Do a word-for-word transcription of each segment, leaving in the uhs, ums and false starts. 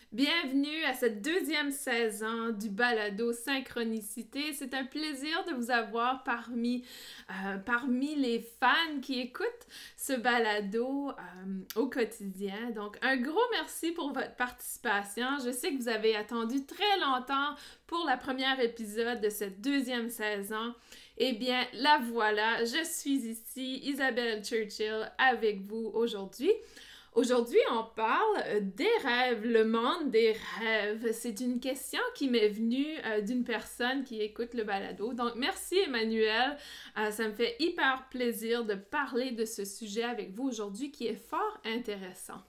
Bienvenue à cette deuxième saison du balado Synchronicité. C'est un plaisir de vous avoir parmi, euh, parmi les fans qui écoutent ce balado euh, au quotidien. Donc, un gros merci pour votre participation. Je sais que vous avez attendu très longtemps pour le premier épisode de cette deuxième saison. Eh bien, la voilà, je suis ici, Isabelle Churchill, avec vous aujourd'hui. Aujourd'hui, on parle des rêves, le monde des rêves. C'est une question qui m'est venue euh, d'une personne qui écoute le balado. Donc, merci Emmanuel. Euh, ça me fait hyper plaisir de parler de ce sujet avec vous aujourd'hui qui est fort intéressant.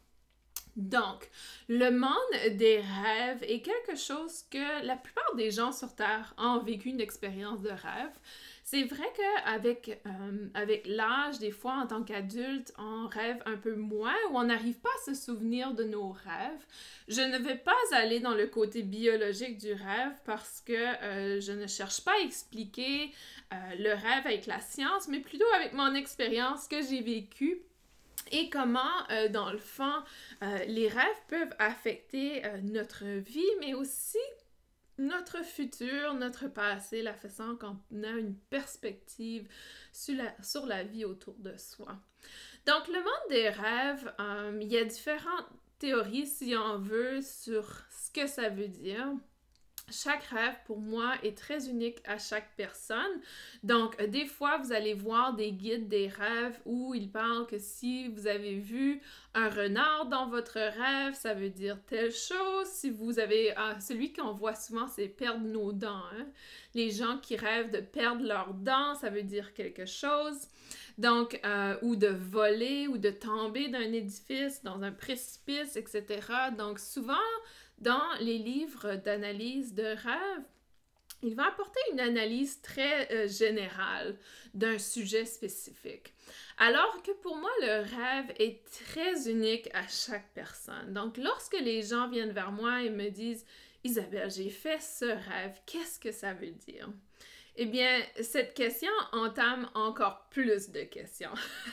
Donc, le monde des rêves est quelque chose que la plupart des gens sur Terre ont vécu une expérience de rêve. C'est vrai qu'avec euh, avec l'âge, des fois, en tant qu'adulte, on rêve un peu moins ou on n'arrive pas à se souvenir de nos rêves. Je ne vais pas aller dans le côté biologique du rêve parce que euh, je ne cherche pas à expliquer euh, le rêve avec la science, mais plutôt avec mon expérience que j'ai vécue. Et comment, euh, dans le fond, euh, les rêves peuvent affecter euh, notre vie, mais aussi notre futur, notre passé, la façon qu'on a une perspective sur la, sur la vie autour de soi. Donc, le monde des rêves, euh, il y a différentes théories, si on veut, sur ce que ça veut dire. Chaque rêve, pour moi, est très unique à chaque personne. Donc, euh, des fois, vous allez voir des guides des rêves où ils parlent que si vous avez vu un renard dans votre rêve, ça veut dire telle chose. Si vous avez... Ah, celui qu'on voit souvent, c'est perdre nos dents. Hein? Les gens qui rêvent de perdre leurs dents, ça veut dire quelque chose. Donc, euh, ou de voler, ou de tomber d'un édifice, dans un précipice, et cetera. Donc, souvent... Dans les livres d'analyse de rêve, il va apporter une analyse très euh, générale d'un sujet spécifique. Alors que pour moi, le rêve est très unique à chaque personne. Donc, lorsque les gens viennent vers moi et me disent « Isabelle, j'ai fait ce rêve, qu'est-ce que ça veut dire? » Eh bien, cette question entame encore plus de questions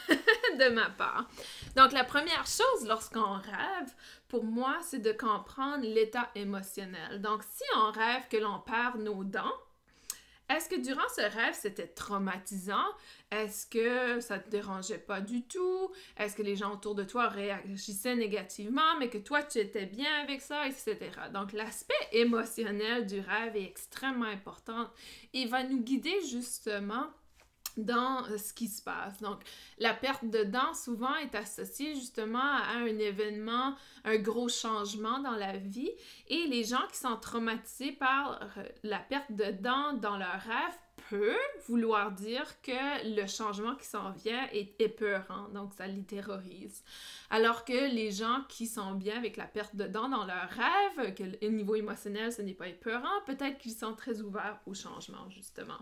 de ma part. Donc, la première chose lorsqu'on rêve, pour moi, c'est de comprendre l'état émotionnel. Donc, si on rêve que l'on perd nos dents, est-ce que durant ce rêve, c'était traumatisant? Est-ce que ça te dérangeait pas du tout? Est-ce que les gens autour de toi réagissaient négativement, mais que toi, tu étais bien avec ça, et cetera. Donc, l'aspect émotionnel du rêve est extrêmement important et va nous guider justement dans ce qui se passe. Donc, la perte de dents souvent est associée justement à un événement, un gros changement dans la vie. Et les gens qui sont traumatisés par la perte de dents dans leur rêve peut vouloir dire que le changement qui s'en vient est épeurant, donc ça les terrorise. Alors que les gens qui sont bien avec la perte de dents dans leur rêve, que le niveau émotionnel, ce n'est pas épeurant, peut-être qu'ils sont très ouverts au changement, justement.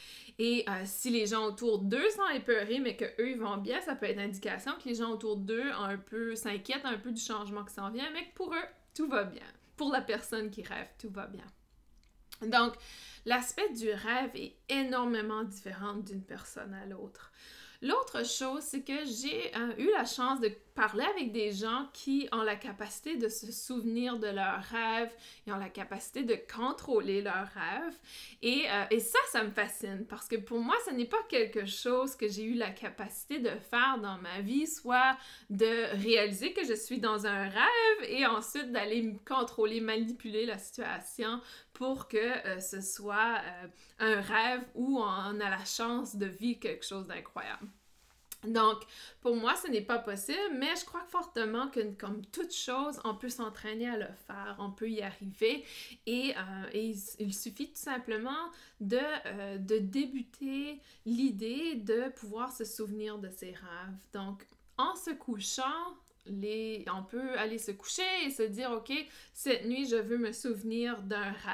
Et euh, si les gens autour d'eux sont épeurés, mais qu'eux vont bien, ça peut être une indication que les gens autour d'eux ont un peu, s'inquiètent un peu du changement qui s'en vient, mais que pour eux, tout va bien. Pour la personne qui rêve, tout va bien. Donc, l'aspect du rêve est énormément différent d'une personne à l'autre. L'autre chose, c'est que j'ai euh, eu la chance de parler avec des gens qui ont la capacité de se souvenir de leurs rêves et ont la capacité de contrôler leurs rêves. Et, euh, et ça, ça me fascine parce que pour moi, ce n'est pas quelque chose que j'ai eu la capacité de faire dans ma vie, soit de réaliser que je suis dans un rêve et ensuite d'aller me contrôler, manipuler la situation pour que euh, ce soit euh, un rêve où on a la chance de vivre quelque chose d'incroyable. Donc, pour moi, ce n'est pas possible, mais je crois fortement que, comme toute chose, on peut s'entraîner à le faire, on peut y arriver, et, euh, et il, il suffit tout simplement de, euh, de débuter l'idée de pouvoir se souvenir de ses rêves. Donc, en se couchant, les, on peut aller se coucher et se dire « Ok, cette nuit, je veux me souvenir d'un rêve ».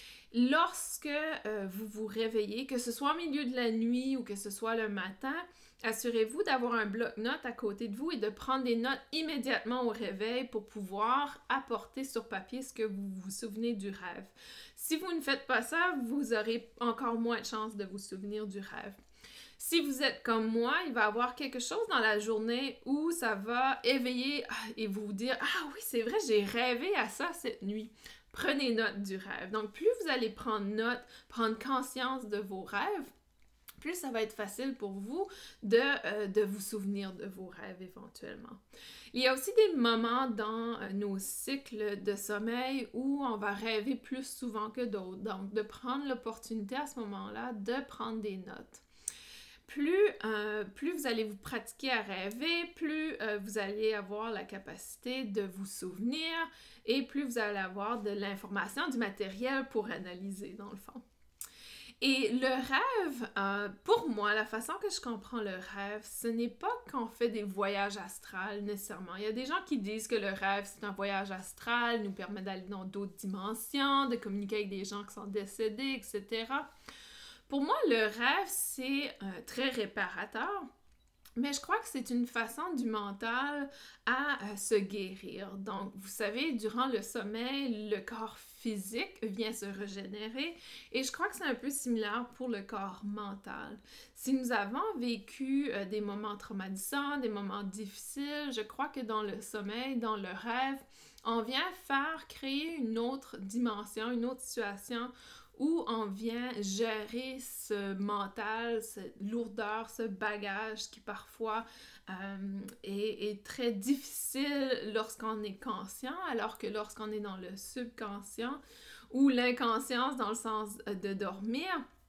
Lorsque euh, vous vous réveillez, que ce soit au milieu de la nuit ou que ce soit le matin, assurez-vous d'avoir un bloc-notes à côté de vous et de prendre des notes immédiatement au réveil pour pouvoir apporter sur papier ce que vous vous souvenez du rêve. Si vous ne faites pas ça, vous aurez encore moins de chances de vous souvenir du rêve. Si vous êtes comme moi, il va y avoir quelque chose dans la journée où ça va éveiller et vous dire « Ah oui, c'est vrai, j'ai rêvé à ça cette nuit ». Prenez note du rêve. Donc, plus vous allez prendre note, prendre conscience de vos rêves, plus ça va être facile pour vous de, euh, de vous souvenir de vos rêves éventuellement. Il y a aussi des moments dans euh, nos cycles de sommeil où on va rêver plus souvent que d'autres. Donc, de prendre l'opportunité à ce moment-là de prendre des notes. Plus, euh, plus vous allez vous pratiquer à rêver, plus euh, vous allez avoir la capacité de vous souvenir et plus vous allez avoir de l'information, du matériel pour analyser dans le fond. Et le rêve, euh, pour moi, la façon que je comprends le rêve, ce n'est pas qu'on fait des voyages astrales nécessairement. Il y a des gens qui disent que le rêve, c'est un voyage astral, nous permet d'aller dans d'autres dimensions, de communiquer avec des gens qui sont décédés, et cetera. Pour moi, le rêve, c'est euh, très réparateur. Mais je crois que c'est une façon du mental à euh, se guérir. Donc, vous savez, durant le sommeil, le corps physique vient se régénérer et je crois que c'est un peu similaire pour le corps mental. Si nous avons vécu euh, des moments traumatisants, des moments difficiles, je crois que dans le sommeil, dans le rêve, on vient faire créer une autre dimension, une autre situation où on vient gérer ce mental, cette lourdeur, ce bagage qui parfois euh, est, est très difficile lorsqu'on est conscient, alors que lorsqu'on est dans le subconscient ou l'inconscience dans le sens de dormir,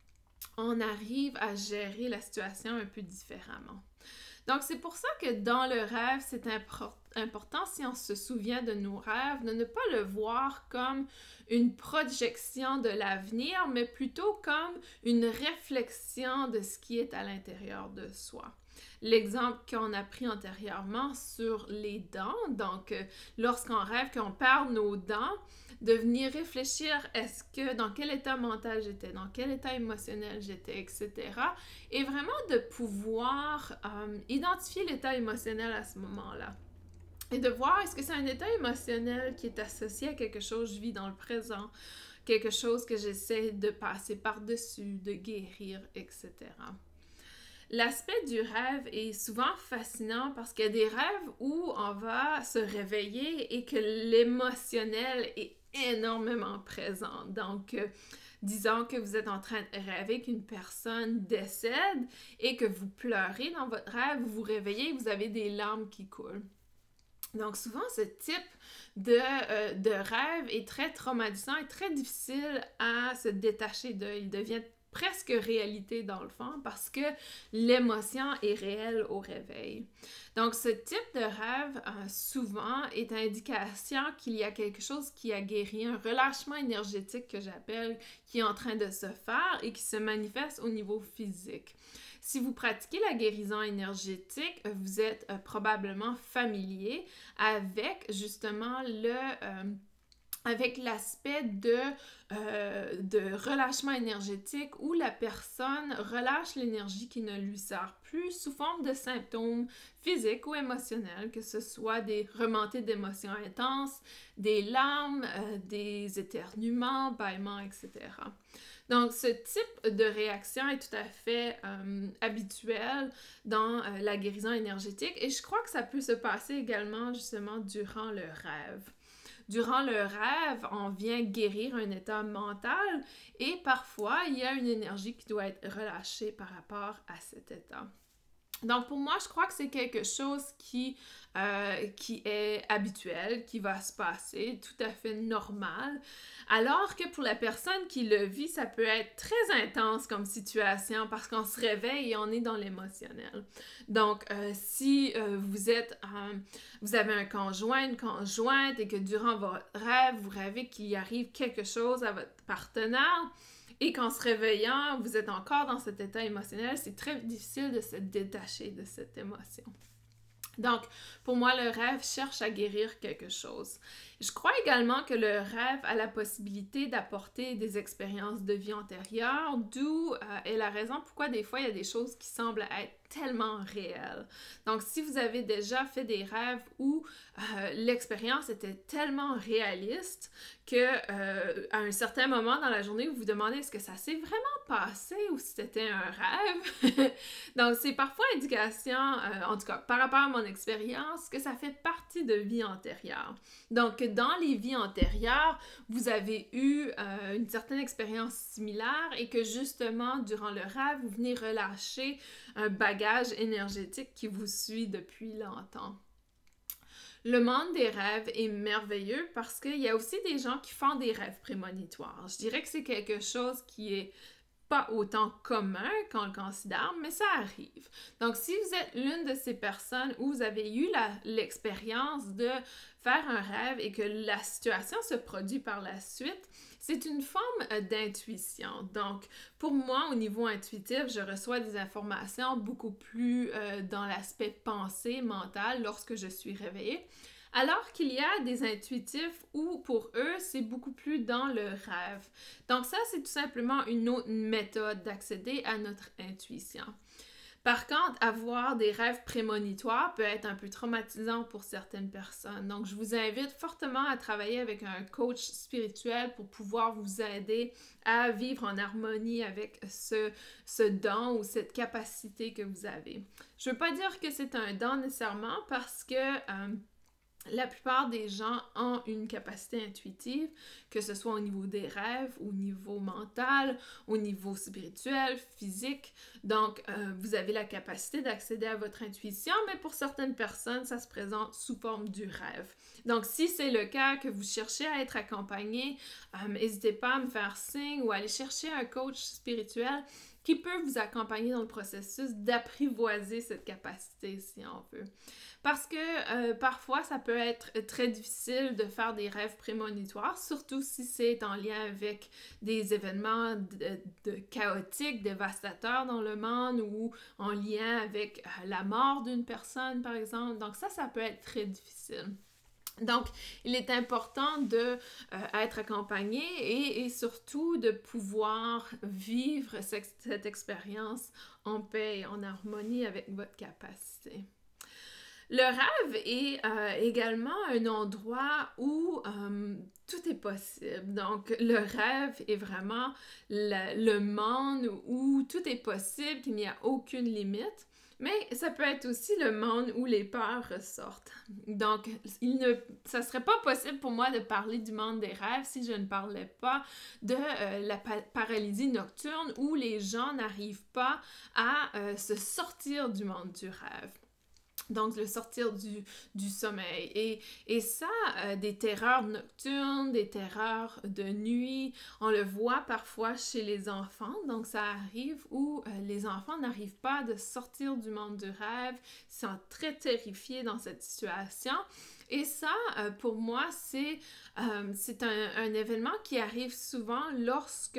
on arrive à gérer la situation un peu différemment. Donc, c'est pour ça que dans le rêve, c'est impor- important, si on se souvient de nos rêves, de ne pas le voir comme une projection de l'avenir, mais plutôt comme une réflexion de ce qui est à l'intérieur de soi. L'exemple qu'on a pris antérieurement sur les dents, donc euh, lorsqu'on rêve qu'on perd nos dents, de venir réfléchir est-ce que dans quel état mental j'étais, dans quel état émotionnel j'étais, et cetera. Et vraiment de pouvoir euh, identifier l'état émotionnel à ce moment-là. Et de voir est-ce que c'est un état émotionnel qui est associé à quelque chose que je vis dans le présent, quelque chose que j'essaie de passer par-dessus, de guérir, et cetera. L'aspect du rêve est souvent fascinant parce qu'il y a des rêves où on va se réveiller et que l'émotionnel est énormément présent. Donc, euh, disons que vous êtes en train de rêver qu'une personne décède et que vous pleurez dans votre rêve, vous vous réveillez et vous avez des larmes qui coulent. Donc, souvent, ce type de, euh, de rêve est très traumatisant et très difficile à se détacher de. Il devient presque réalité dans le fond parce que l'émotion est réelle au réveil. Donc, ce type de rêve, euh, souvent, est indication qu'il y a quelque chose qui a guéri, un relâchement énergétique que j'appelle, qui est en train de se faire et qui se manifeste au niveau physique. Si vous pratiquez la guérison énergétique, vous êtes euh, probablement familier avec justement le... Euh, avec l'aspect de, euh, de relâchement énergétique où la personne relâche l'énergie qui ne lui sert plus sous forme de symptômes physiques ou émotionnels, que ce soit des remontées d'émotions intenses, des larmes, euh, des éternuements, bâillements, et cetera. Donc, ce type de réaction est tout à fait euh, habituel dans euh, la guérison énergétique et je crois que ça peut se passer également justement durant le rêve. Durant le rêve, on vient guérir un état mental et parfois, il y a une énergie qui doit être relâchée par rapport à cet état. Donc, pour moi, je crois que c'est quelque chose qui, euh, qui est habituel, qui va se passer, tout à fait normal. Alors que pour la personne qui le vit, ça peut être très intense comme situation parce qu'on se réveille et on est dans l'émotionnel. Donc, euh, si euh, vous êtes, euh, vous avez un conjoint, une conjointe et que durant votre rêve, vous rêvez qu'il y arrive quelque chose à votre partenaire, et qu'en se réveillant, vous êtes encore dans cet état émotionnel, c'est très difficile de se détacher de cette émotion. Donc, pour moi, le rêve cherche à guérir quelque chose. Je crois également que le rêve a la possibilité d'apporter des expériences de vie antérieures, d'où euh, est la raison pourquoi des fois il y a des choses qui semblent être tellement réel. Donc, si vous avez déjà fait des rêves où euh, l'expérience était tellement réaliste que euh, à un certain moment dans la journée, vous vous demandez est-ce que ça s'est vraiment passé ou si c'était un rêve. Donc, c'est parfois indication, euh, en tout cas par rapport à mon expérience, que ça fait partie de vies antérieures. Donc, dans les vies antérieures, vous avez eu euh, une certaine expérience similaire et que justement, durant le rêve, vous venez relâcher un bagage énergétique qui vous suit depuis longtemps. Le monde des rêves est merveilleux parce qu'il y a aussi des gens qui font des rêves prémonitoires. Je dirais que c'est quelque chose qui est pas autant commun qu'on le considère, mais ça arrive. Donc, si vous êtes l'une de ces personnes où vous avez eu la, l'expérience de faire un rêve et que la situation se produit par la suite, c'est une forme d'intuition. Donc, pour moi, au niveau intuitif, je reçois des informations beaucoup plus euh, dans l'aspect pensée, mental, lorsque je suis réveillée. Alors qu'il y a des intuitifs où, pour eux, c'est beaucoup plus dans le rêve. Donc ça, c'est tout simplement une autre méthode d'accéder à notre intuition. Par contre, avoir des rêves prémonitoires peut être un peu traumatisant pour certaines personnes. Donc, je vous invite fortement à travailler avec un coach spirituel pour pouvoir vous aider à vivre en harmonie avec ce, ce don ou cette capacité que vous avez. Je ne veux pas dire que c'est un don nécessairement parce que... Euh, La plupart des gens ont une capacité intuitive, que ce soit au niveau des rêves, au niveau mental, au niveau spirituel, physique. Donc, euh, vous avez la capacité d'accéder à votre intuition, mais pour certaines personnes, ça se présente sous forme du rêve. Donc, si c'est le cas, que vous cherchez à être accompagné, euh, n'hésitez pas à me faire signe ou à aller chercher un coach spirituel qui peut vous accompagner dans le processus d'apprivoiser cette capacité, si on veut. Parce que euh, parfois, ça peut être très difficile de faire des rêves prémonitoires, surtout si c'est en lien avec des événements de, de chaotiques, dévastateurs dans le monde ou en lien avec euh, la mort d'une personne, par exemple. Donc ça, ça peut être très difficile. Donc, il est important de euh, être accompagné et, et surtout de pouvoir vivre cette, cette expérience en paix et en harmonie avec votre capacité. Le rêve est euh, également un endroit où euh, tout est possible. Donc, le rêve est vraiment le, le monde où tout est possible, qu'il n'y a aucune limite. Mais ça peut être aussi le monde où les peurs ressortent. Donc, il ne, ça ne serait pas possible pour moi de parler du monde des rêves si je ne parlais pas de euh, la pa- paralysie nocturne où les gens n'arrivent pas à euh, se sortir du monde du rêve. Donc, le sortir du, du sommeil. Et, et ça, euh, des terreurs nocturnes, des terreurs de nuit, on le voit parfois chez les enfants. Donc, ça arrive où euh, les enfants n'arrivent pas à sortir du monde du rêve, ils sont très terrifiés dans cette situation. Et ça, euh, pour moi, c'est, euh, c'est un, un événement qui arrive souvent lorsque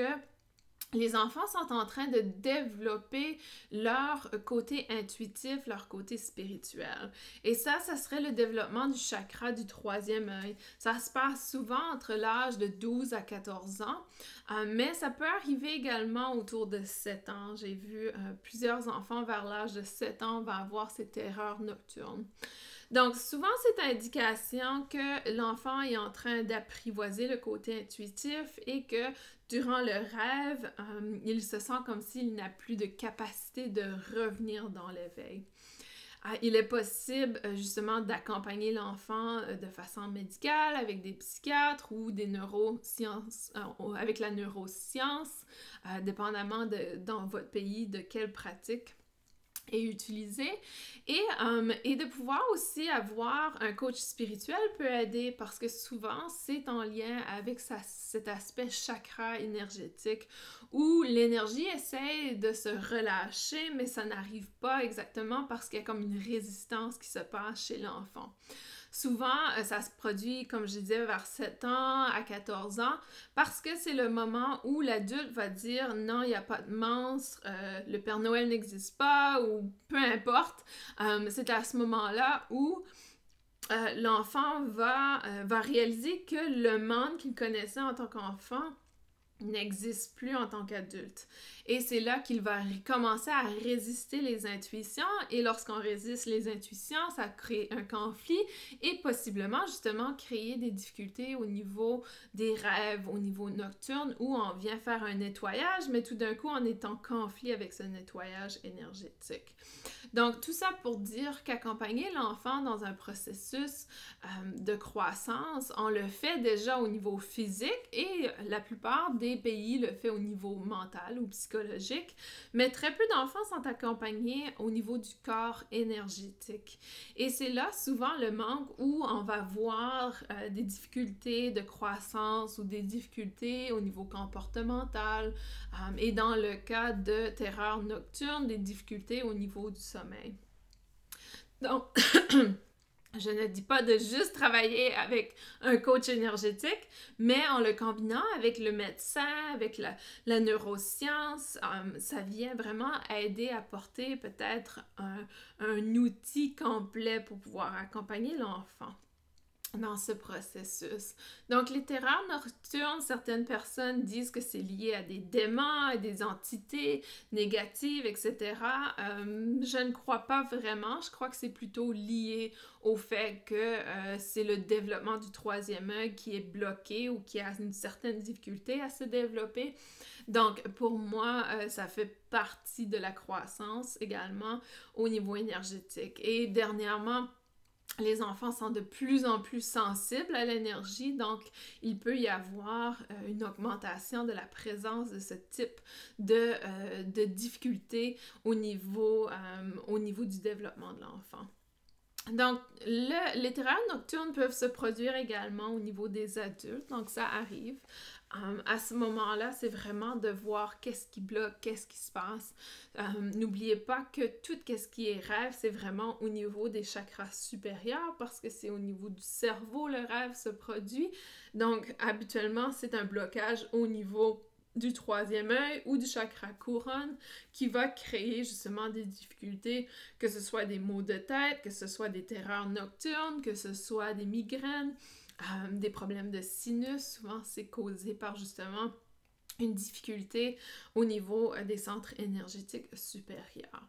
les enfants sont en train de développer leur côté intuitif, leur côté spirituel. Et ça, ça serait le développement du chakra du troisième œil. Ça se passe souvent entre l'âge de douze à quatorze ans, euh, mais ça peut arriver également autour de sept ans. J'ai vu euh, plusieurs enfants vers l'âge de sept ans vont avoir ces terreurs nocturnes. Donc, souvent, c'est indication que l'enfant est en train d'apprivoiser le côté intuitif et que durant le rêve, euh, il se sent comme s'il n'a plus de capacité de revenir dans l'éveil. Euh, il est possible euh, justement d'accompagner l'enfant euh, de façon médicale avec des psychiatres ou des neurosciences, euh, avec la neuroscience, euh, dépendamment de, dans votre pays de quelle pratique est utilisé et, um, et de pouvoir aussi avoir un coach spirituel peut aider parce que souvent c'est en lien avec sa, cet aspect chakra énergétique où l'énergie essaie de se relâcher mais ça n'arrive pas exactement parce qu'il y a comme une résistance qui se passe chez l'enfant. Souvent, ça se produit, comme je disais, vers sept ans à quatorze ans, parce que c'est le moment où l'adulte va dire « Non, il n'y a pas de monstre, euh, le Père Noël n'existe pas » ou peu importe. Euh, c'est à ce moment-là où euh, l'enfant va, euh, va réaliser que le monde qu'il connaissait en tant qu'enfant n'existe plus en tant qu'adulte. Et c'est là qu'il va commencer à résister les intuitions, et lorsqu'on résiste les intuitions, ça crée un conflit et possiblement justement créer des difficultés au niveau des rêves, au niveau nocturne, où on vient faire un nettoyage, mais tout d'un coup on est en conflit avec ce nettoyage énergétique. Donc tout ça pour dire qu'accompagner l'enfant dans un processus euh, de croissance, on le fait déjà au niveau physique, et la plupart des pays le fait au niveau mental ou psychologique, mais très peu d'enfants sont accompagnés au niveau du corps énergétique. Et c'est là souvent le manque où on va voir euh, des difficultés de croissance ou des difficultés au niveau comportemental, euh, et dans le cas de terreur nocturne, des difficultés au niveau du sommeil. Donc, je ne dis pas de juste travailler avec un coach énergétique, mais en le combinant avec le médecin, avec la, la neuroscience, um, ça vient vraiment aider à porter peut-être un, un outil complet pour pouvoir accompagner l'enfant dans ce processus. Donc, les terreurs nocturnes, certaines personnes disent que c'est lié à des démons, à des entités négatives, et cetera. Euh, je ne crois pas vraiment. Je crois que c'est plutôt lié au fait que euh, c'est le développement du troisième œil qui est bloqué ou qui a une certaine difficulté à se développer. Donc, pour moi, euh, ça fait partie de la croissance également au niveau énergétique. Et dernièrement, les enfants sont de plus en plus sensibles à l'énergie, donc il peut y avoir euh, une augmentation de la présence de ce type de, euh, de difficultés au niveau, euh, au niveau du développement de l'enfant. Donc, le, les terreurs nocturnes peuvent se produire également au niveau des adultes, donc ça arrive. Um, à ce moment-là, c'est vraiment de voir qu'est-ce qui bloque, qu'est-ce qui se passe. Um, n'oubliez pas que tout ce qui est rêve, c'est vraiment au niveau des chakras supérieurs, parce que c'est au niveau du cerveau le rêve se produit. Donc, habituellement, c'est un blocage au niveau du troisième œil ou du chakra couronne qui va créer justement des difficultés, que ce soit des maux de tête, que ce soit des terreurs nocturnes, que ce soit des migraines, euh, des problèmes de sinus. Souvent, c'est causé par justement une difficulté au niveau euh, des centres énergétiques supérieurs.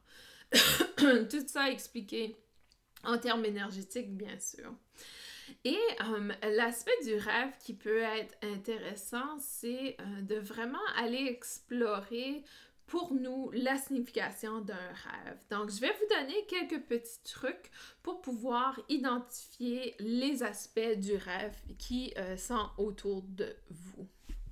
Tout ça expliqué en termes énergétiques, bien sûr. Et euh, l'aspect du rêve qui peut être intéressant, c'est euh, de vraiment aller explorer pour nous la signification d'un rêve. Donc, je vais vous donner quelques petits trucs pour pouvoir identifier les aspects du rêve qui euh, sont autour de vous.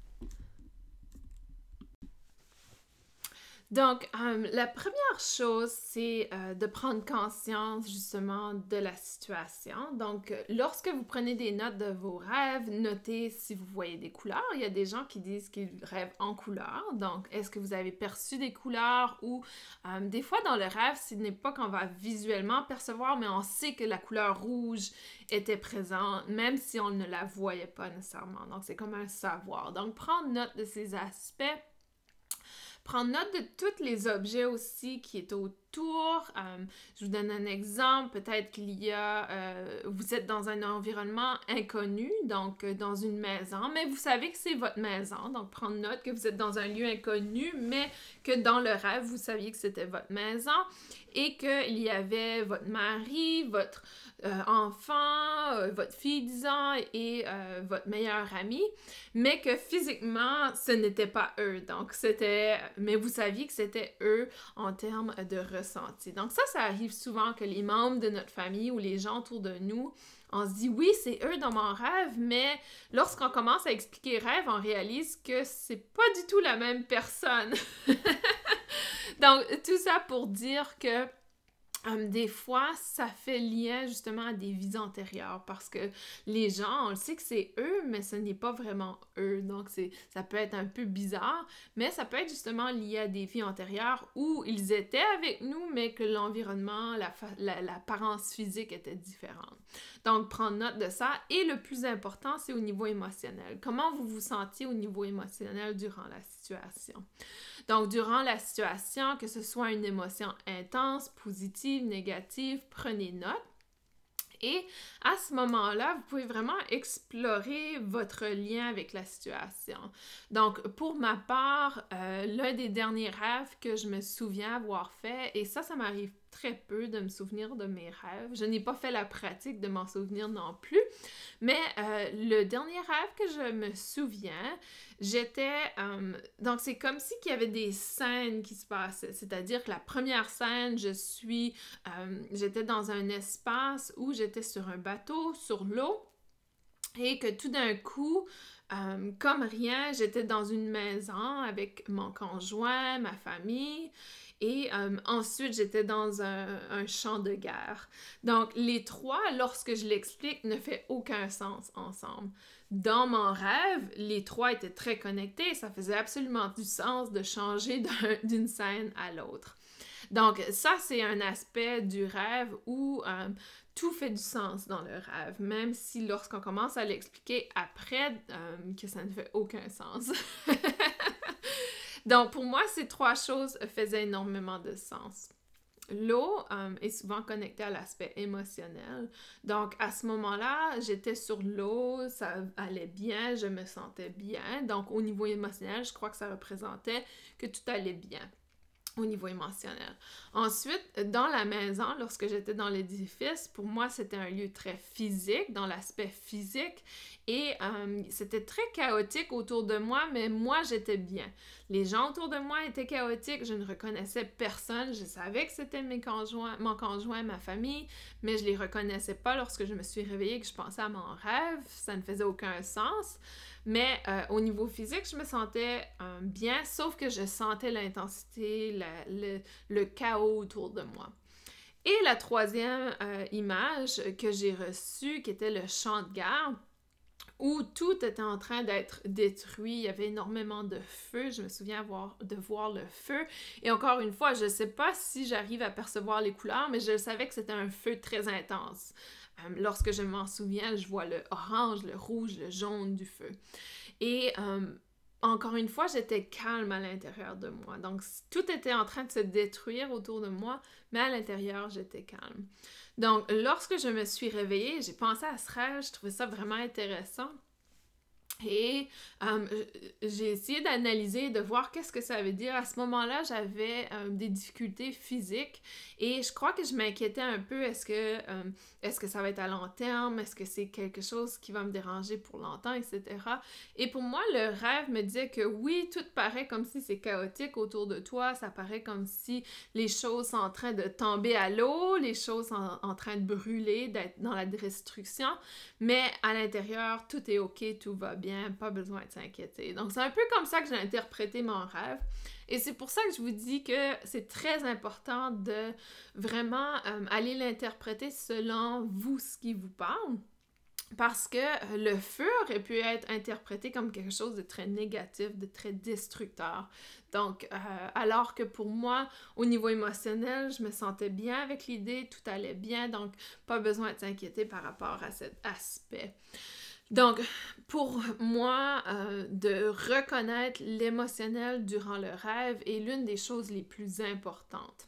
Donc, euh, la première chose, c'est euh, de prendre conscience justement de la situation. Donc, euh, lorsque vous prenez des notes de vos rêves, notez si vous voyez des couleurs. Il y a des gens qui disent qu'ils rêvent en couleurs. Donc, est-ce que vous avez perçu des couleurs ou euh, des fois dans le rêve, ce n'est pas qu'on va visuellement percevoir, mais on sait que la couleur rouge était présente, même si on ne la voyait pas nécessairement. Donc, c'est comme un savoir. Donc, prendre note de ces aspects. Prendre note de tous les objets aussi qui est autour. Euh, je vous donne un exemple. Peut-être qu'il y a... Euh, vous êtes dans un environnement inconnu, donc euh, dans une maison, mais vous savez que c'est votre maison. Donc, prendre note que vous êtes dans un lieu inconnu, mais que dans le rêve, vous saviez que c'était votre maison et qu'il y avait votre mari, votre euh, enfant, euh, votre fille, disons, et euh, votre meilleur ami, mais que physiquement, ce n'était pas eux. Donc, c'était... Mais vous saviez que c'était eux en termes de ressenti. Donc ça, ça arrive souvent que les membres de notre famille ou les gens autour de nous, on se dit, oui, c'est eux dans mon rêve, mais lorsqu'on commence à expliquer rêve, on réalise que c'est pas du tout la même personne. Donc, tout ça pour dire que Um, des fois, ça fait lien justement à des vies antérieures parce que les gens, on le sait que c'est eux, mais ce n'est pas vraiment eux. Donc, c'est, ça peut être un peu bizarre, mais ça peut être justement lié à des vies antérieures où ils étaient avec nous, mais que l'environnement, la fa- la, l'apparence physique était différente. Donc, prendre note de ça. Et le plus important, c'est au niveau émotionnel. Comment vous vous sentiez au niveau émotionnel durant la situation? Donc, durant la situation, que ce soit une émotion intense, positive, négative, prenez note. Et à ce moment-là, vous pouvez vraiment explorer votre lien avec la situation. Donc, pour ma part, euh, l'un des derniers rêves que je me souviens avoir fait, et ça, ça m'arrive très peu de me souvenir de mes rêves. Je n'ai pas fait la pratique de m'en souvenir non plus, mais euh, le dernier rêve que je me souviens, j'étais... Euh, donc, c'est comme si qu'il y avait des scènes qui se passaient. C'est-à-dire que la première scène, je suis... Euh, j'étais dans un espace où j'étais sur un bateau, sur l'eau, et que tout d'un coup... Euh, comme rien, j'étais dans une maison avec mon conjoint, ma famille, et euh, ensuite j'étais dans un, un champ de guerre. Donc les trois, lorsque je l'explique, ne fait aucun sens ensemble. Dans mon rêve, les trois étaient très connectés, ça faisait absolument du sens de changer d'un, d'une scène à l'autre. Donc ça, c'est un aspect du rêve où euh, tout fait du sens dans le rêve, même si lorsqu'on commence à l'expliquer après, euh, que ça ne fait aucun sens. Donc pour moi, ces trois choses faisaient énormément de sens. L'eau euh, est souvent connectée à l'aspect émotionnel. Donc, à ce moment-là, j'étais sur l'eau, ça allait bien, je me sentais bien. Donc, au niveau émotionnel, je crois que ça représentait que tout allait bien au niveau émotionnel. Ensuite, dans la maison, lorsque j'étais dans l'édifice, pour moi, c'était un lieu très physique, dans l'aspect physique, et euh, c'était très chaotique autour de moi, mais moi, j'étais bien. Les gens autour de moi étaient chaotiques, je ne reconnaissais personne, je savais que c'était mes conjoints, mon conjoint, ma famille, mais je les reconnaissais pas lorsque je me suis réveillée, que je pensais à mon rêve, ça ne faisait aucun sens. Mais euh, au niveau physique, je me sentais euh, bien, sauf que je sentais l'intensité, la, le, le chaos autour de moi. Et la troisième euh, image que j'ai reçue, qui était le champ de guerre, où tout était en train d'être détruit, il y avait énormément de feu, je me souviens avoir, de voir le feu, et encore une fois, je ne sais pas si j'arrive à percevoir les couleurs, mais je savais que c'était un feu très intense. Euh, lorsque je m'en souviens, je vois le orange, le rouge, le jaune du feu. Et euh, encore une fois, j'étais calme à l'intérieur de moi. Donc, tout était en train de se détruire autour de moi, mais à l'intérieur, j'étais calme. Donc, lorsque je me suis réveillée, j'ai pensé à ce rêve, je trouvais ça vraiment intéressant. Et euh, j'ai essayé d'analyser, de voir qu'est-ce que ça veut dire. À ce moment-là, j'avais euh, des difficultés physiques et je crois que je m'inquiétais un peu. Est-ce que, euh, est-ce que ça va être à long terme? Est-ce que c'est quelque chose qui va me déranger pour longtemps, et cetera. Et pour moi, le rêve me disait que oui, tout paraît comme si c'est chaotique autour de toi. Ça paraît comme si les choses sont en train de tomber à l'eau, les choses sont en, en train de brûler, d'être dans la destruction. Mais à l'intérieur, tout est OK, tout va bien. Bien, pas besoin de s'inquiéter. Donc, c'est un peu comme ça que j'ai interprété mon rêve. Et c'est pour ça que je vous dis que c'est très important de vraiment euh, aller l'interpréter selon vous, ce qui vous parle. Parce que le feu aurait pu être interprété comme quelque chose de très négatif, de très destructeur. Donc, euh, alors que pour moi, au niveau émotionnel, je me sentais bien avec l'idée, tout allait bien, donc pas besoin de s'inquiéter par rapport à cet aspect. Donc, pour moi, euh, de reconnaître l'émotionnel durant le rêve est l'une des choses les plus importantes.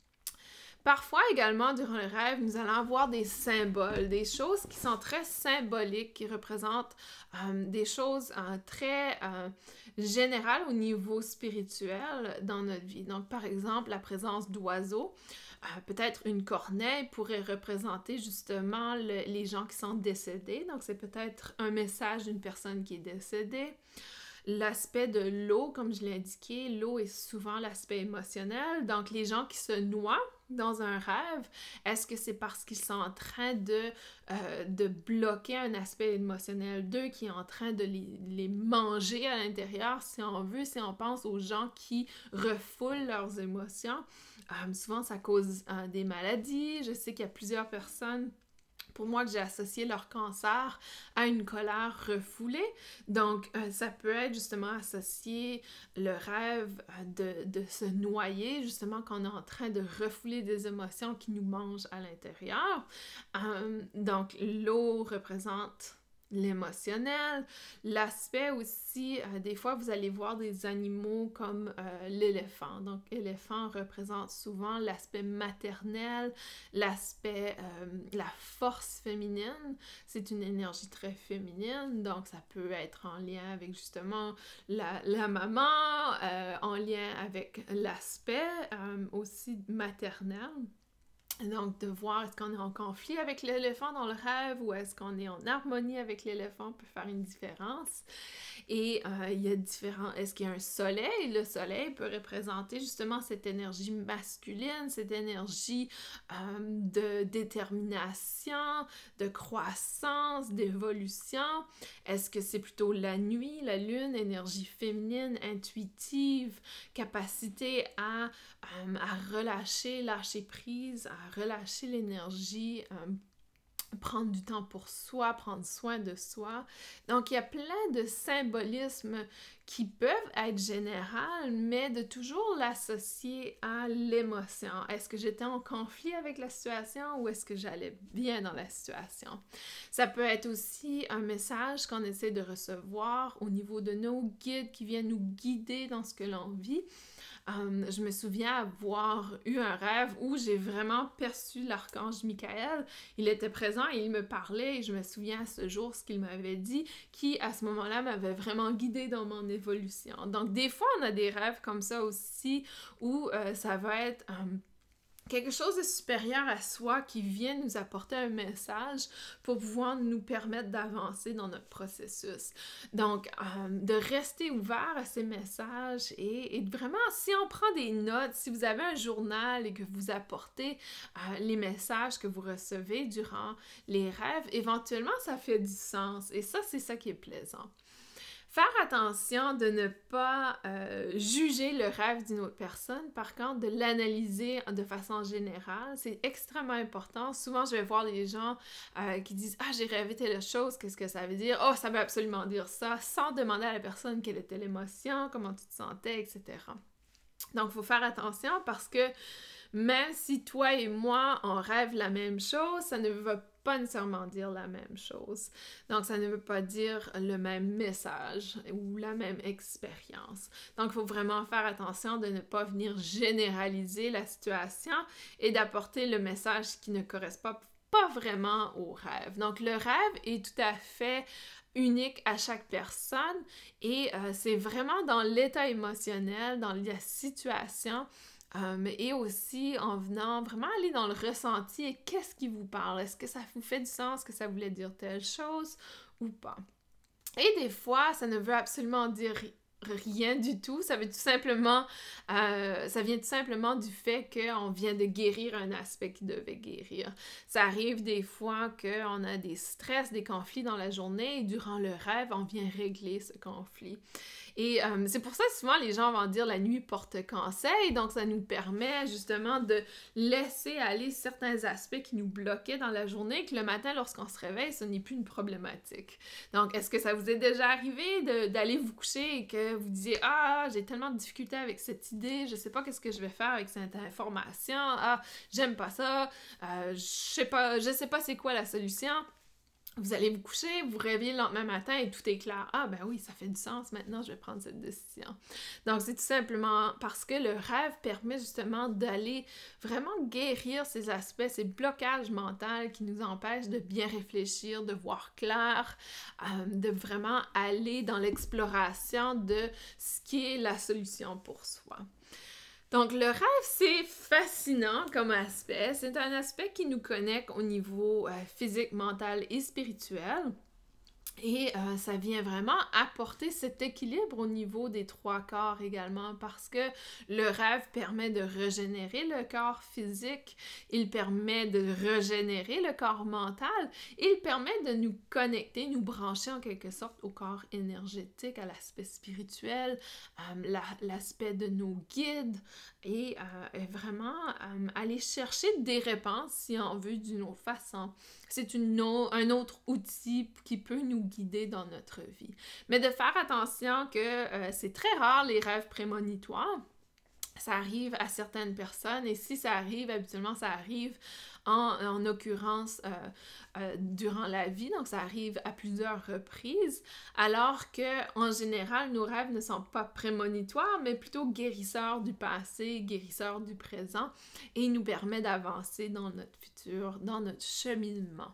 Parfois également, durant le rêve, nous allons avoir des symboles, des choses qui sont très symboliques, qui représentent euh, des choses euh, très euh, générales au niveau spirituel dans notre vie. Donc, par exemple, la présence d'oiseaux. Euh, peut-être une corneille pourrait représenter justement le, les gens qui sont décédés. Donc, c'est peut-être un message d'une personne qui est décédée. L'aspect de l'eau, comme je l'ai indiqué, l'eau est souvent l'aspect émotionnel. Donc, les gens qui se noient dans un rêve, est-ce que c'est parce qu'ils sont en train de, euh, de bloquer un aspect émotionnel d'eux, qui est en train de les, les manger à l'intérieur, si on veut, si on pense aux gens qui refoulent leurs émotions? Euh, souvent, ça cause euh, des maladies. Je sais qu'il y a plusieurs personnes, pour moi, que j'ai associé leur cancer à une colère refoulée. Donc, euh, ça peut être justement associé le rêve euh, de, de se noyer, justement, quand on est en train de refouler des émotions qui nous mangent à l'intérieur. Euh, donc, l'eau représente l'émotionnel, l'aspect aussi, euh, des fois vous allez voir des animaux comme euh, l'éléphant. Donc l'éléphant représente souvent l'aspect maternel, l'aspect, euh, la force féminine. C'est une énergie très féminine, donc ça peut être en lien avec justement la, la maman, euh, en lien avec l'aspect euh, aussi maternel. Donc, de voir est-ce qu'on est en conflit avec l'éléphant dans le rêve ou est-ce qu'on est en harmonie avec l'éléphant peut faire une différence. Et euh, il y a différents... Est-ce qu'il y a un soleil? Le soleil peut représenter justement cette énergie masculine, cette énergie euh, de détermination, de croissance, d'évolution. Est-ce que c'est plutôt la nuit, la lune, énergie féminine, intuitive, capacité à, euh, à relâcher, lâcher prise, à relâcher l'énergie, euh, prendre du temps pour soi, prendre soin de soi. Donc, il y a plein de symbolismes qui peuvent être généraux, mais de toujours l'associer à l'émotion. Est-ce que j'étais en conflit avec la situation ou est-ce que j'allais bien dans la situation? Ça peut être aussi un message qu'on essaie de recevoir au niveau de nos guides qui viennent nous guider dans ce que l'on vit. Um, je me souviens avoir eu un rêve où j'ai vraiment perçu l'archange Michael. Il était présent et il me parlait et je me souviens à ce jour ce qu'il m'avait dit qui, à ce moment-là, m'avait vraiment guidée dans mon évolution. Donc, des fois, on a des rêves comme ça aussi où euh, ça va être... Um, quelque chose de supérieur à soi qui vient nous apporter un message pour pouvoir nous permettre d'avancer dans notre processus. Donc, euh, de rester ouvert à ces messages et, et vraiment, si on prend des notes, si vous avez un journal et que vous apportez euh, les messages que vous recevez durant les rêves, éventuellement, ça fait du sens. Et ça, c'est ça qui est plaisant. Faire attention de ne pas euh, juger le rêve d'une autre personne, par contre, de l'analyser de façon générale, c'est extrêmement important. Souvent, je vais voir les gens euh, qui disent « Ah, j'ai rêvé telle chose, qu'est-ce que ça veut dire? Oh, ça veut absolument dire ça », sans demander à la personne quelle était l'émotion, comment tu te sentais, et cetera. Donc, il faut faire attention parce que même si toi et moi, on rêve la même chose, ça ne veut pas nécessairement dire la même chose. Donc, ça ne veut pas dire le même message ou la même expérience. Donc, il faut vraiment faire attention de ne pas venir généraliser la situation et d'apporter le message qui ne correspond pas vraiment au rêve. Donc, le rêve est tout à fait unique à chaque personne et euh, c'est vraiment dans l'état émotionnel, dans la situation, Um, et aussi en venant vraiment aller dans le ressenti et qu'est-ce qui vous parle? Est-ce que ça vous fait du sens que ça voulait dire telle chose ou pas? Et des fois, ça ne veut absolument dire rien du tout. Ça veut tout simplement, euh, ça vient tout simplement du fait qu'on vient de guérir un aspect qui devait guérir. Ça arrive des fois qu'on a des stress, des conflits dans la journée et durant le rêve, on vient régler ce conflit. Et euh, c'est pour ça que souvent les gens vont dire la nuit porte conseil, donc ça nous permet justement de laisser aller certains aspects qui nous bloquaient dans la journée, que le matin lorsqu'on se réveille, ce n'est plus une problématique. Donc est-ce que ça vous est déjà arrivé de, d'aller vous coucher et que vous disiez « Ah, j'ai tellement de difficultés avec cette idée, je sais pas qu'est-ce que je vais faire avec cette information, ah, j'aime pas ça, euh, je sais pas, je sais pas c'est quoi la solution ». Vous allez vous coucher, vous réveillez le lendemain matin et tout est clair. Ah ben oui, ça fait du sens, maintenant je vais prendre cette décision. Donc c'est tout simplement parce que le rêve permet justement d'aller vraiment guérir ces aspects, ces blocages mentaux qui nous empêchent de bien réfléchir, de voir clair, euh, de vraiment aller dans l'exploration de ce qui est la solution pour soi. Donc, le rêve, c'est fascinant comme aspect. C'est un aspect qui nous connecte au niveau euh, physique, mental et spirituel. Et euh, ça vient vraiment apporter cet équilibre au niveau des trois corps également parce que le rêve permet de régénérer le corps physique, il permet de régénérer le corps mental, il permet de nous connecter, nous brancher en quelque sorte au corps énergétique, à l'aspect spirituel, euh, la, l'aspect de nos guides et euh, vraiment euh, aller chercher des réponses si on veut d'une autre façon. C'est une o- un autre outil qui peut nous guider dans notre vie. Mais de faire attention que euh, c'est très rare les rêves prémonitoires. Ça arrive à certaines personnes et si ça arrive, habituellement, ça arrive en, en occurrence euh, euh, durant la vie, donc ça arrive à plusieurs reprises, alors que en général, nos rêves ne sont pas prémonitoires, mais plutôt guérisseurs du passé, guérisseurs du présent et ils nous permettent d'avancer dans notre futur, dans notre cheminement.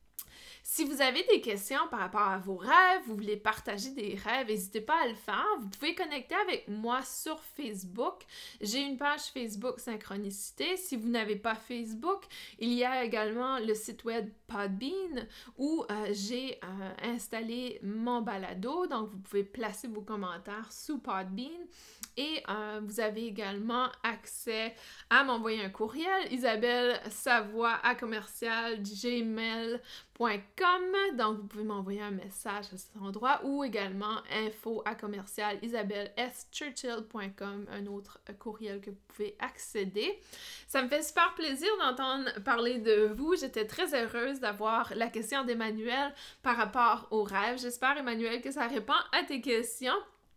Si vous avez des questions par rapport à vos rêves, vous voulez partager des rêves, n'hésitez pas à le faire. Vous pouvez connecter avec moi sur Facebook. J'ai une page Facebook Synchronicité. Si vous n'avez pas Facebook, il y a également le site web Podbean où euh, j'ai euh, installé mon balado. Donc, vous pouvez placer vos commentaires sous Podbean. Et euh, vous avez également accès à m'envoyer un courriel, Isabelle Savoie à commercial gmail point com. Donc, vous pouvez m'envoyer un message à cet endroit ou également info à commercial isabelle s churchill point com, un autre courriel que vous pouvez accéder. Ça me fait super plaisir d'entendre parler de vous. J'étais très heureuse d'avoir la question d'Emmanuel par rapport aux rêves. J'espère, Emmanuel, que ça répond à tes questions.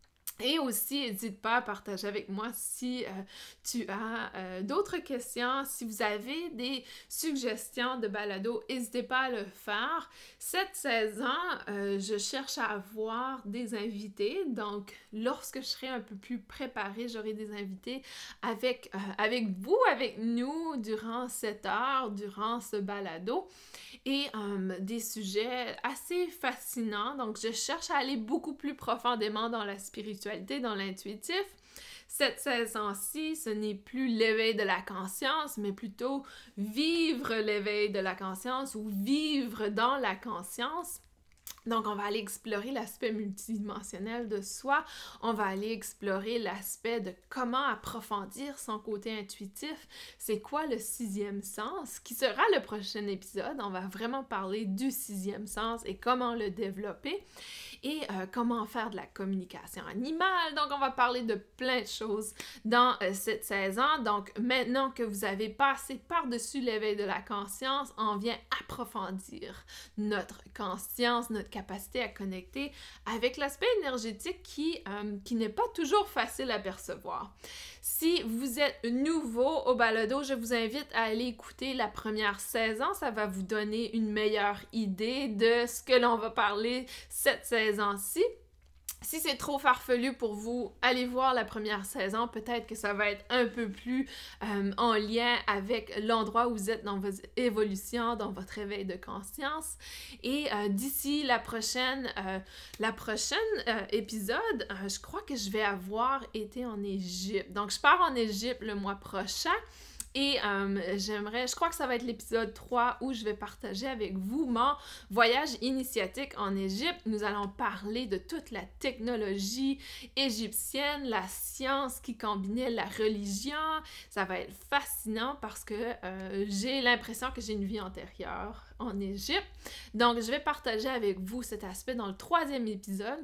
Et aussi, n'hésite pas à partager avec moi si euh, tu as euh, d'autres questions, si vous avez des suggestions de balado, n'hésitez pas à le faire. Cette saison, euh, je cherche à avoir des invités, donc lorsque je serai un peu plus préparée, j'aurai des invités avec, euh, avec vous, avec nous, durant cette heure, durant ce balado, et euh, des sujets assez fascinants. Donc, je cherche à aller beaucoup plus profondément dans la spiritualité, dans l'intuitif. Cette saison-ci, ce n'est plus l'éveil de la conscience, mais plutôt vivre l'éveil de la conscience ou vivre dans la conscience. Donc, on va aller explorer l'aspect multidimensionnel de soi, on va aller explorer l'aspect de comment approfondir son côté intuitif, c'est quoi le sixième sens, qui sera le prochain épisode. On va vraiment parler du sixième sens et comment le développer et euh, comment faire de la communication animale. Donc, on va parler de plein de choses dans euh, cette saison. Donc, maintenant que vous avez passé par-dessus l'éveil de la conscience, on vient approfondir notre conscience, notre capacité à connecter avec l'aspect énergétique qui, euh, qui n'est pas toujours facile à percevoir. Si vous êtes nouveau au balado, je vous invite à aller écouter la première saison. Ça va vous donner une meilleure idée de ce que l'on va parler cette saison-ci. Si c'est trop farfelu pour vous, allez voir la première saison. Peut-être que ça va être un peu plus euh, en lien avec l'endroit où vous êtes dans votre évolution, dans votre éveil de conscience. Et euh, d'ici la prochaine, euh, la prochaine euh, épisode, euh, je crois que je vais avoir été en Égypte. Donc, je pars en Égypte le mois prochain. Et euh, j'aimerais, je crois que ça va être l'épisode trois où je vais partager avec vous mon voyage initiatique en Égypte. Nous allons parler de toute la technologie égyptienne, la science qui combinait la religion. Ça va être fascinant parce que euh, j'ai l'impression que j'ai une vie antérieure en Égypte. Donc, je vais partager avec vous cet aspect dans le troisième épisode.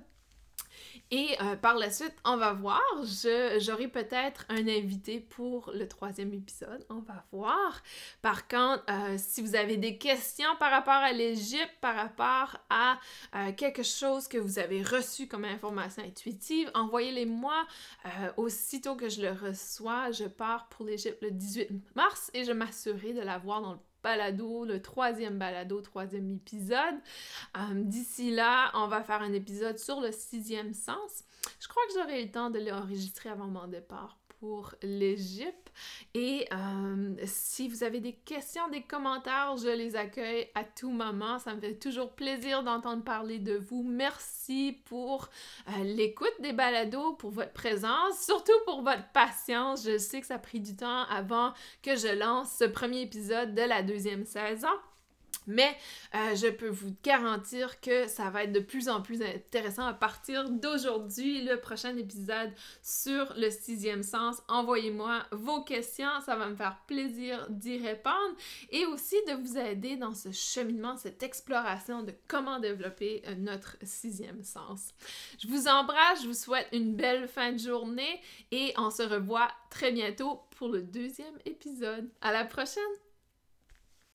Et euh, par la suite, on va voir, je, j'aurai peut-être un invité pour le troisième épisode, on va voir. Par contre, euh, si vous avez des questions par rapport à l'Égypte, par rapport à euh, quelque chose que vous avez reçu comme information intuitive, envoyez-les moi. Euh, aussitôt que je le reçois, je pars pour l'Égypte le dix-huit mars et je m'assurerai de l'avoir dans le balado, le troisième balado, troisième épisode. Um, d'ici là, on va faire un épisode sur le sixième sens. Je crois que j'aurai le temps de l'enregistrer avant mon départ pour l'Égypte. Et euh, si vous avez des questions, des commentaires, je les accueille à tout moment. Ça me fait toujours plaisir d'entendre parler de vous. Merci pour euh, l'écoute des balados, pour votre présence, surtout pour votre patience. Je sais que ça a pris du temps avant que je lance ce premier épisode de la deuxième saison. Mais euh, je peux vous garantir que ça va être de plus en plus intéressant à partir d'aujourd'hui, le prochain épisode sur le sixième sens. Envoyez-moi vos questions, ça va me faire plaisir d'y répondre et aussi de vous aider dans ce cheminement, cette exploration de comment développer notre sixième sens. Je vous embrasse, je vous souhaite une belle fin de journée et on se revoit très bientôt pour le deuxième épisode. À la prochaine!